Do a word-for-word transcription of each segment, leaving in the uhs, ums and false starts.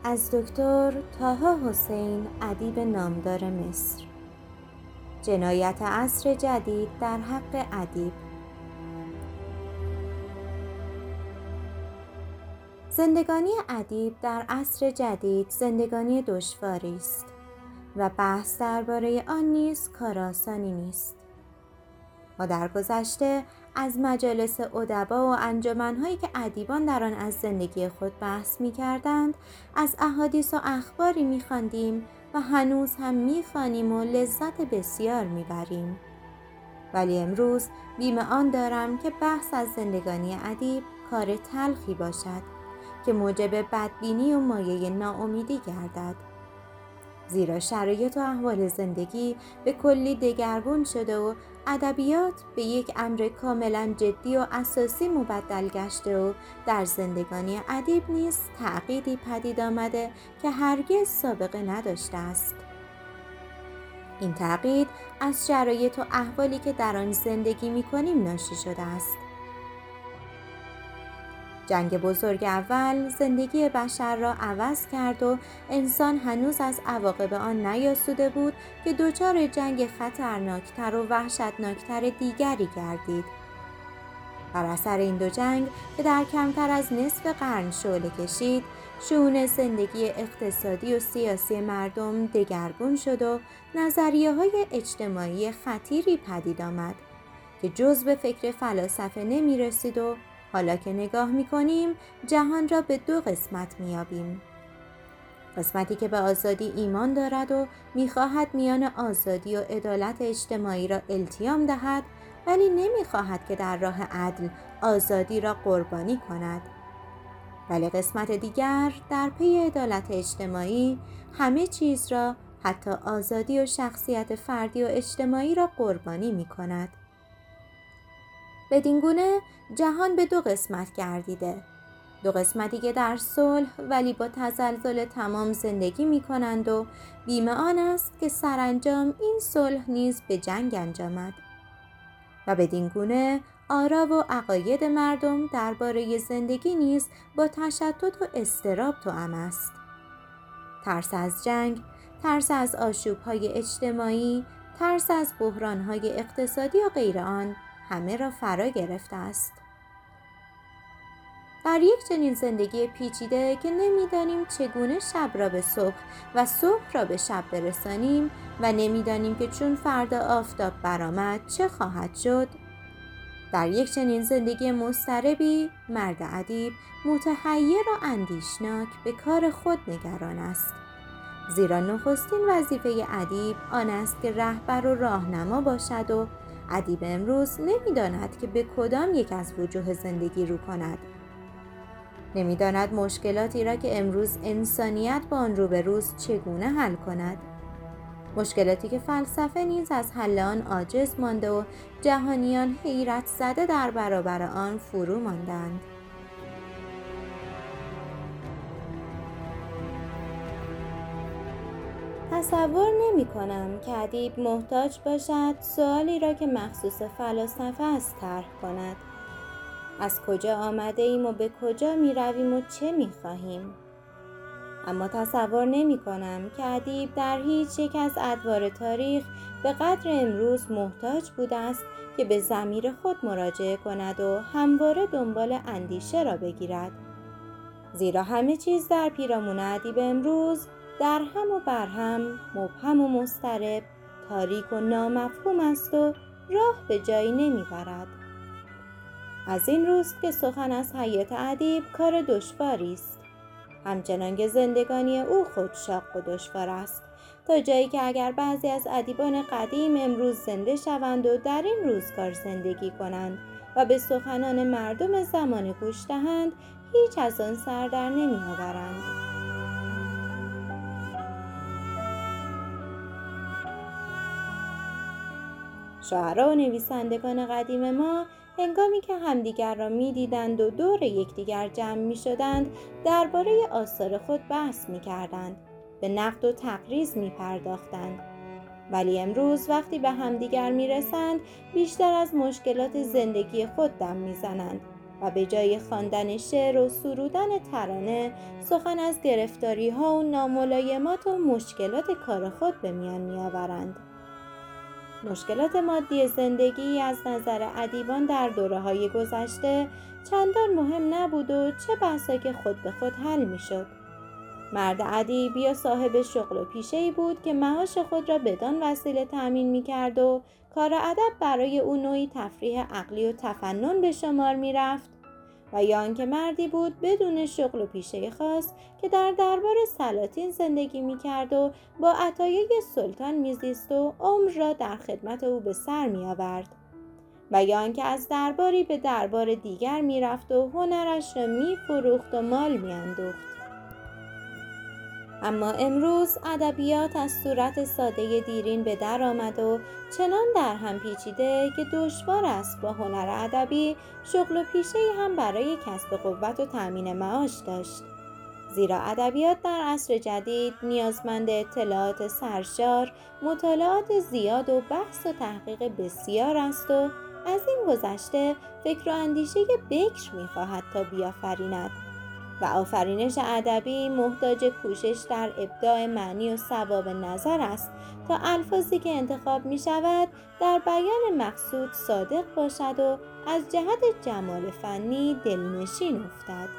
از دکتر طه حسین، ادیب نامدار مصر. جنایت عصر جدید در حق ادیب. زندگانی ادیب در عصر جدید زندگانی دشواری است و بحث درباره آن نیز کار آسانی نیست. ما در گذشته از مجالس ادبا و انجمن‌هایی که ادیبان در آن از زندگی خود بحث می‌کردند، از احادیث و اخباری می‌خواندیم و هنوز هم می‌خوانیم و لذت بسیار می‌بریم. ولی امروز بیم آن دارم که بحث از زندگانی ادیب کار تلخی باشد که موجب بدبینی و مایه ناامیدی گردد. زیرا شرایط و احوال زندگی به کلی دگرگون شده و ادبیات به یک امر کاملا جدی و اساسی مبدل گشته و در زندگانی ادیب نیز تعقیدی پدید آمده که هرگز سابقه نداشته است. این تعقید از شرایط و احوالی که در آن زندگی می‌کنیم ناشی شده است. جنگ بزرگ اول زندگی بشر را عوض کرد و انسان هنوز از عواقب آن نیاسوده بود که دچار جنگ خطرناکتر و وحشتناکتر دیگری گردید. بر اثر این دو جنگ که در کمتر از نصف قرن شعله کشید، شئون زندگی اقتصادی و سیاسی مردم دگرگون شد و نظریه‌های اجتماعی خطیری پدید آمد که جز به فکر فلاسفه نمی رسید و حالا که نگاه می کنیم جهان را به دو قسمت می یابیم. قسمتی که به آزادی ایمان دارد و می خواهد میان آزادی و عدالت اجتماعی را التیام دهد، ولی نمی خواهد که در راه عدل آزادی را قربانی کند. ولی قسمت دیگر در پی عدالت اجتماعی همه چیز را، حتی آزادی و شخصیت فردی و اجتماعی را قربانی می کند. بدین گونه جهان به دو قسمت گردیده، دو قسمتی که در صلح ولی با تزلزل تمام زندگی می کنند و بیم آن است که سرانجام این صلح نیز به جنگ انجامد. و بدین گونه آرا و عقاید مردم درباره زندگی نیز با تشتت و اضطراب توأم است. ترس از جنگ، ترس از آشوب‌های اجتماعی، ترس از بحران‌های اقتصادی و غیر آن همه را فرا گرفته است. در یک چنین زندگی پیچیده که نمی‌دانیم چگونه شب را به صبح و صبح را به شب برسانیم و نمی‌دانیم که چون فردا آفتاب برآمد چه خواهد شد، در یک چنین زندگی مضطربی مرد ادیب متحیر و اندیشناک به کار خود نگران است. زیرا نخستین وظیفه ادیب آن است که رهبر و راهنما باشد و ادیب امروز نمی‌داند که به کدام یک از وجوه زندگی رو کند. نمی‌داند مشکلاتی را که امروز انسانیت با آن روبروست چگونه حل کند. مشکلاتی که فلسفه نیز از حل آن عاجز مانده و جهانیان حیرت زده در برابر آن فرو ماندند. تصور نمی کنم که ادیب محتاج باشد سؤالی را که مخصوص فلاسفه است طرح کند. از کجا آمده ایم و به کجا می رویم و چه می خواهیم؟ اما تصور نمی کنم که ادیب در هیچ یک از ادوار تاریخ به قدر امروز محتاج بوده است که به ضمیر خود مراجعه کند و همواره دنبال اندیشه را بگیرد. زیرا همه چیز در پیرامون ادیب امروز در هم و بر هم، مبهم و مضطرب، تاریک و نامفهوم است و راه به جایی نمی برد. از این روست که سخن از حیات ادیب کار دشواری است، همچنان که زندگانی او خود شاق و دشوار است، تا جایی که اگر بعضی از ادیبان قدیم امروز زنده شوند و در این روزگار زندگی کنند و به سخنان مردم زمان گوش دهند، هیچ از آن سر در نمی آورند. شاعران و نویسندگان قدیم ما هنگامی که همدیگر را می دیدند و دور یکدیگر جمع می شدند درباره آثار خود بحث می کردند، به نقد و تقریض می پرداختند. ولی امروز وقتی به همدیگر می رسند بیشتر از مشکلات زندگی خود دم می زنند و به جای خواندن شعر و سرودن ترانه سخن از گرفتاری ها و ناملایمات و مشکلات کار خود به میان می آورند. مشکلات مادی زندگی از نظر ادیبان در دوره‌های گذشته چندان مهم نبود و چه بسا که خود به خود حل می شد. مرد ادیب یا صاحب شغل و پیشه‌ای بود که معاش خود را بدان وسیله تأمین می کرد و کار ادب برای او نوعی تفریح عقلی و تفنن به شمار می رفت، و یا آنکه مردی بود بدون شغل و پیشه خاص که در دربار سلاطین زندگی می کرد و با عطایای سلطان می زیست و عمر را در خدمت او به سر می آورد، و یا آنکه از درباری به دربار دیگر می رفت و هنرش را می فروخت و مال می اندوخت. اما امروز ادبیات از صورت ساده دیرین به در آمد و چنان در هم پیچیده که دشوار است با هنر ادبی شغل و پیشه‌ای هم برای کسب قوت و تأمین معاش داشت. زیرا ادبیات در عصر جدید نیازمند اطلاعات سرشار، مطالعات زیاد و بحث و تحقیق بسیار است و از این گذشته فکر و اندیشه بکر می‌خواهد تا بیافریند. و آفرینش ادبی محتاج کوشش در ابداع معنی و صواب نظر است تا الفاظی که انتخاب می شود در بیان مقصود صادق باشد و از جهت جمال فنی دلنشین افتد.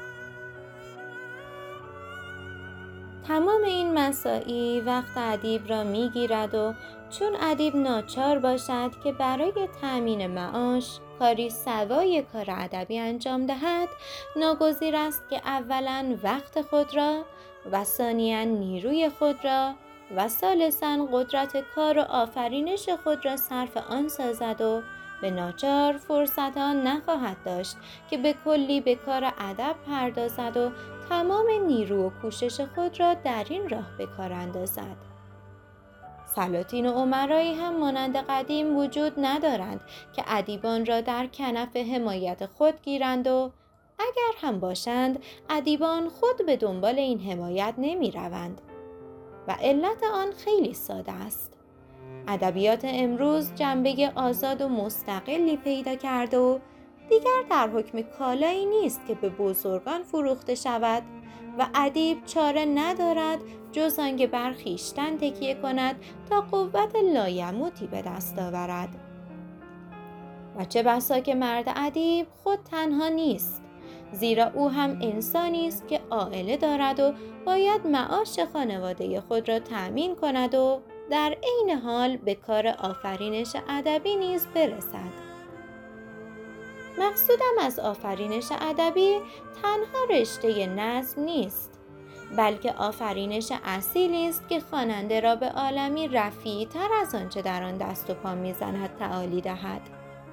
تمام این مساعی وقت ادیب را می گیرد و چون ادیب ناچار باشد که برای تأمین معاش کاری سوای کار ادبی انجام دهد، ناگزیر است که اولاً وقت خود را و ثانیاً نیروی خود را و ثالثاً قدرت کار و آفرینش خود را صرف آن سازد و به ناچار فرصت آن نخواهد داشت که به کلی به کار ادب پردازد و تمام نیرو و کوشش خود را در این راه به کار اندازد. سلاطین و امرایی هم مانند قدیم وجود ندارند که ادیبان را در کنف حمایت خود گیرند و اگر هم باشند ادیبان خود به دنبال این حمایت نمی روند و علت آن خیلی ساده است. ادبیات امروز جنبه آزاد و مستقلی پیدا کرده و دیگر در حکم کالایی نیست که به بزرگان فروخته شود و ادیب چاره ندارد جز آنکه بر خویشتن تکیه کند تا قوت لایموتی به دست آورد. و چه بسا که مرد ادیب خود تنها نیست، زیرا او هم انسانی است که عائله دارد و باید معاش خانواده خود را تأمین کند و در عین حال به کار آفرینش ادبی نیز برسد. مقصودم از آفرینش ادبی تنها رشته نظم نیست، بلکه آفرینش اصیلی است که خواننده را به عالمی رفیع تر از آنچه در آن دست و پا می‌زند تعالی دهد.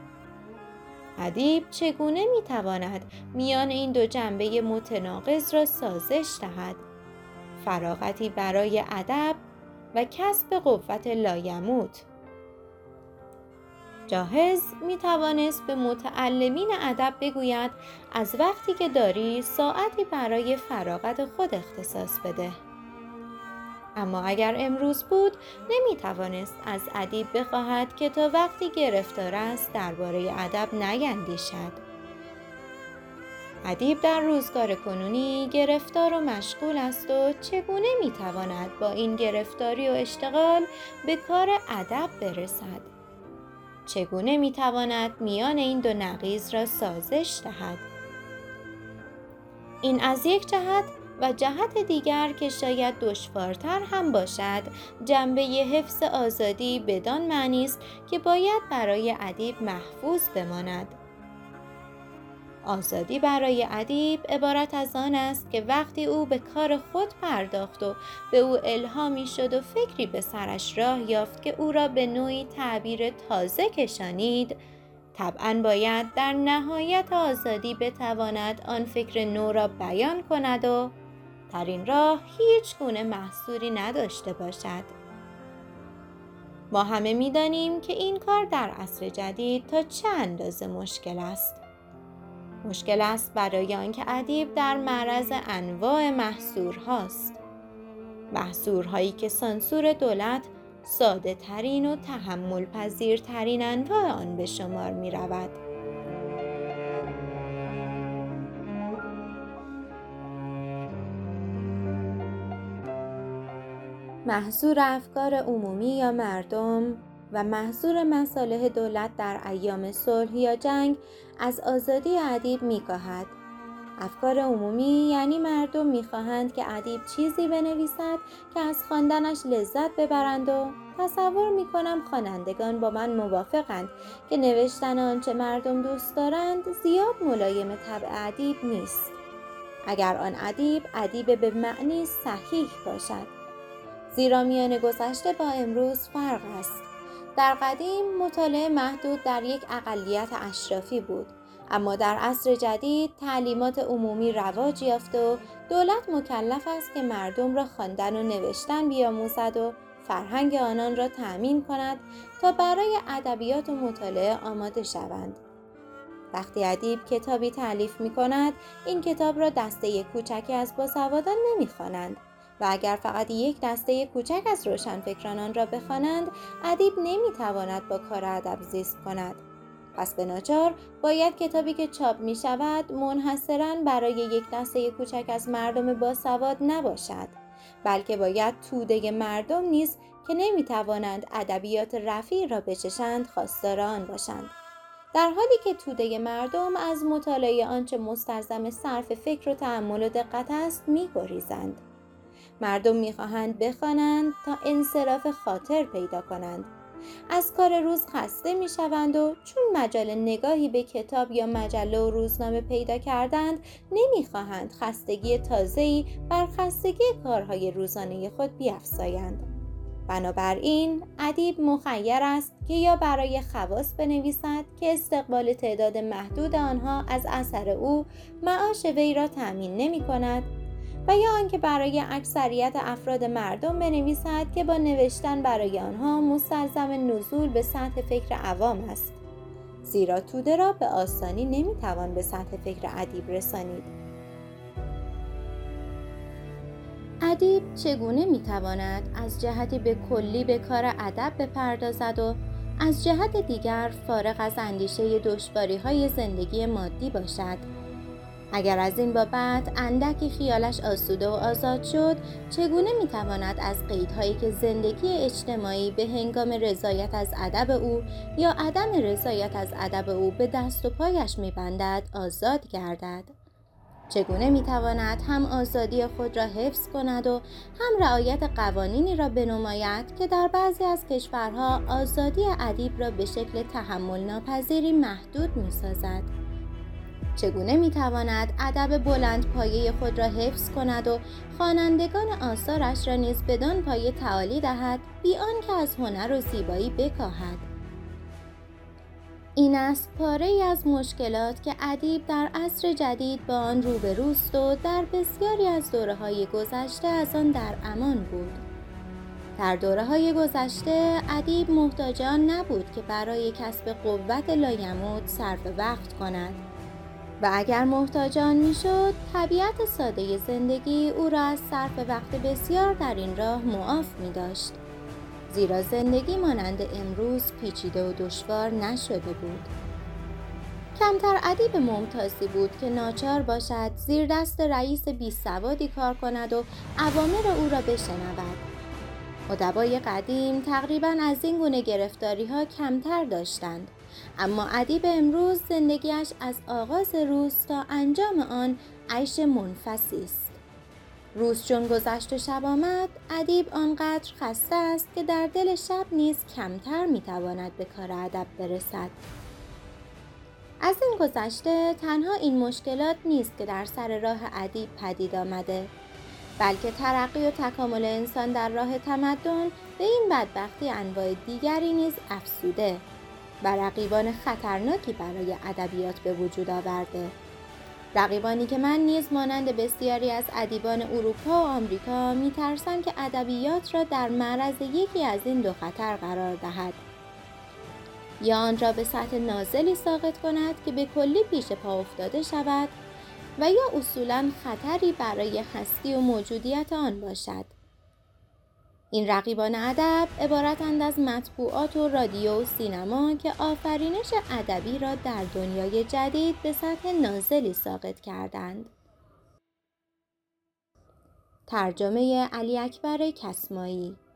ادیب چگونه می‌تواند میان این دو جنبه متناقض را سازش دهد؟ فراغتی برای ادب و کسب قوت لایموت. جاحظ می توانست به متعلمین ادب بگوید از وقتی که داری ساعتی برای فراغت خود اختصاص بده. اما اگر امروز بود نمی توانست از ادیب بخواهد که تا وقتی گرفتار است درباره ادب نیندیشد. ادیب در روزگار کنونی گرفتار و مشغول است و چگونه می تواند با این گرفتاری و اشتغال به کار ادب برسد؟ چگونه می تواند میان این دو نقیض را سازش دهد؟ این از یک جهت و جهت دیگر که شاید دشوارتر هم باشد، جنبه حفظ آزادی بدان معنی است که باید برای ادیب محفوظ بماند. آزادی برای ادیب عبارت از آن است که وقتی او به کار خود پرداخت و به او الهامی شد و فکری به سرش راه یافت که او را به نوعی تعبیر تازه کشانید، طبعاً باید در نهایت آزادی بتواند آن فکر نو را بیان کند و در این راه هیچ گونه محصوری نداشته باشد. ما همه می‌دانیم که این کار در عصر جدید تا چه اندازه مشکل است. مشکل است برای آنکه ادیب در معرض انواع محصورهاست. محصورهایی که سانسور دولت ساده ترین و تحمل پذیرترین انواع آن به شمار می رود. محصور افکار عمومی یا مردم و محصور مصالح دولت در ایام صلح یا جنگ از آزادی ادیب می‌کاهد. افکار عمومی یعنی مردم می‌خواهند که ادیب چیزی بنویسد که از خواندنش لذت ببرند و تصور می‌کنم خوانندگان با من موافقند که نوشتن آنچه مردم دوست دارند زیاد ملایم طبع ادیب نیست، اگر آن ادیب ادیب به معنی صحیح باشد. زیرا میان گذشته با امروز فرق است. در قدیم مطالعه محدود در یک اقلیت اشرافی بود، اما در عصر جدید تعلیمات عمومی رواج یافته و دولت مکلف است که مردم را خواندن و نوشتن بیاموزد و فرهنگ آنان را تأمین کند تا برای ادبیات و مطالعه آماده شوند. وقتی ادیب کتابی تألیف می کند، این کتاب را دسته کوچکی از باسوادان نمی خوانند و اگر فقط یک دسته کوچک از روشنفکران آن را بخوانند، ادیب نمی تواند با کار ادب زیست کند. پس به ناچار باید کتابی که چاپ می شود منحصراً برای یک دسته کوچک از مردم باسواد نباشد، بلکه باید توده مردم نیز که نمی توانند ادبیات رفیع را بچشند خواستار آن باشند، در حالی که توده مردم از مطالعه آنچه مستلزم صرف فکر و تأمل و دقت است می گریزند. مردم می خواهند بخوانند تا انصراف خاطر پیدا کنند. از کار روز خسته می شوند و چون مجال نگاهی به کتاب یا مجله و روزنامه پیدا کردند، نمی خواهند خستگی تازه‌ای بر خستگی کارهای روزانه خود بیفزایند. بنابراین ادیب مخیر است که یا برای خواص بنویسد که استقبال تعداد محدود آنها از اثر او معاش وی را تأمین نمی کند، و یا آنکه برای اکثریت افراد مردم بنویسد که با نوشتن برای آنها مستلزم نزول به سطح فکر عوام است، زیرا توده را به آسانی نمیتوان به سطح فکر ادیب رسانید. ادیب چگونه میتواند از جهتی به کلی به کار ادب بپردازد و از جهت دیگر فارغ از اندیشه دشواری‌های زندگی مادی باشد؟ اگر از این بابت اندکی خیالش آسوده و آزاد شد، چگونه میتواند از قیدهایی که زندگی اجتماعی به هنگام رضایت از ادب او یا عدم رضایت از ادب او به دست و پایش میبندد آزاد گردد؟ چگونه میتواند هم آزادی خود را حفظ کند و هم رعایت قوانینی را بنماید که در بعضی از کشورها آزادی ادیب را به شکل تحمل ناپذیری محدود میسازد؟ چگونه میتواند ادب بلند پایه خود را حفظ کند و خوانندگان آثارش را نیز بدان پایه تعالی دهد بی آنکه از هنر و زیبایی بکاهد؟ این است پاره‌ای از مشکلات که ادیب در عصر جدید با آن روبروست و در بسیاری از دوره‌های گذشته از آن در امان بود. در دوره‌های گذشته ادیب محتاج آن نبود که برای کسب قوت لایموت صرف وقت کند و اگر محتاج آن میشد، طبیعت ساده زندگی او را از صرف وقت بسیار در این راه معاف می داشت، زیرا زندگی مانند امروز پیچیده و دشوار نشده بود. کمتر ادیب ممتازی بود که ناچار باشد زیر دست رئیس بی‌سوادی کار کند و اوامر او را بشنود. ادبای قدیم تقریباً از این گونه گرفتاری‌ها کمتر داشتند، اما ادیب امروز زندگیش از آغاز روز تا انجام آن عیش منفسی است. روز چون گذشت و شب آمد، ادیب آنقدر خسته است که در دل شب نیز کمتر میتواند به کار ادب برسد. از این گذشته تنها این مشکلات نیست که در سر راه ادیب پدید آمده، بلکه ترقی و تکامل انسان در راه تمدن به این بدبختی انواع دیگری نیز افزوده و رقیبان خطرناکی برای ادبیات به وجود آورده. رقیبانی که من نیز مانند بسیاری از ادیبان اروپا و آمریکا میترسم که ادبیات را در معرض یکی از این دو خطر قرار دهد: یا آن را به سطح نازلی ساقط کند که به کلی پیش پا افتاده شود، و یا اصولاً خطری برای هستی و موجودیت آن باشد. این رقیبان ادب عبارتند از مطبوعات و رادیو و سینما که آفرینش ادبی را در دنیای جدید به سطح نازلی ساقط کردند. ترجمه علی اکبر کسمایی.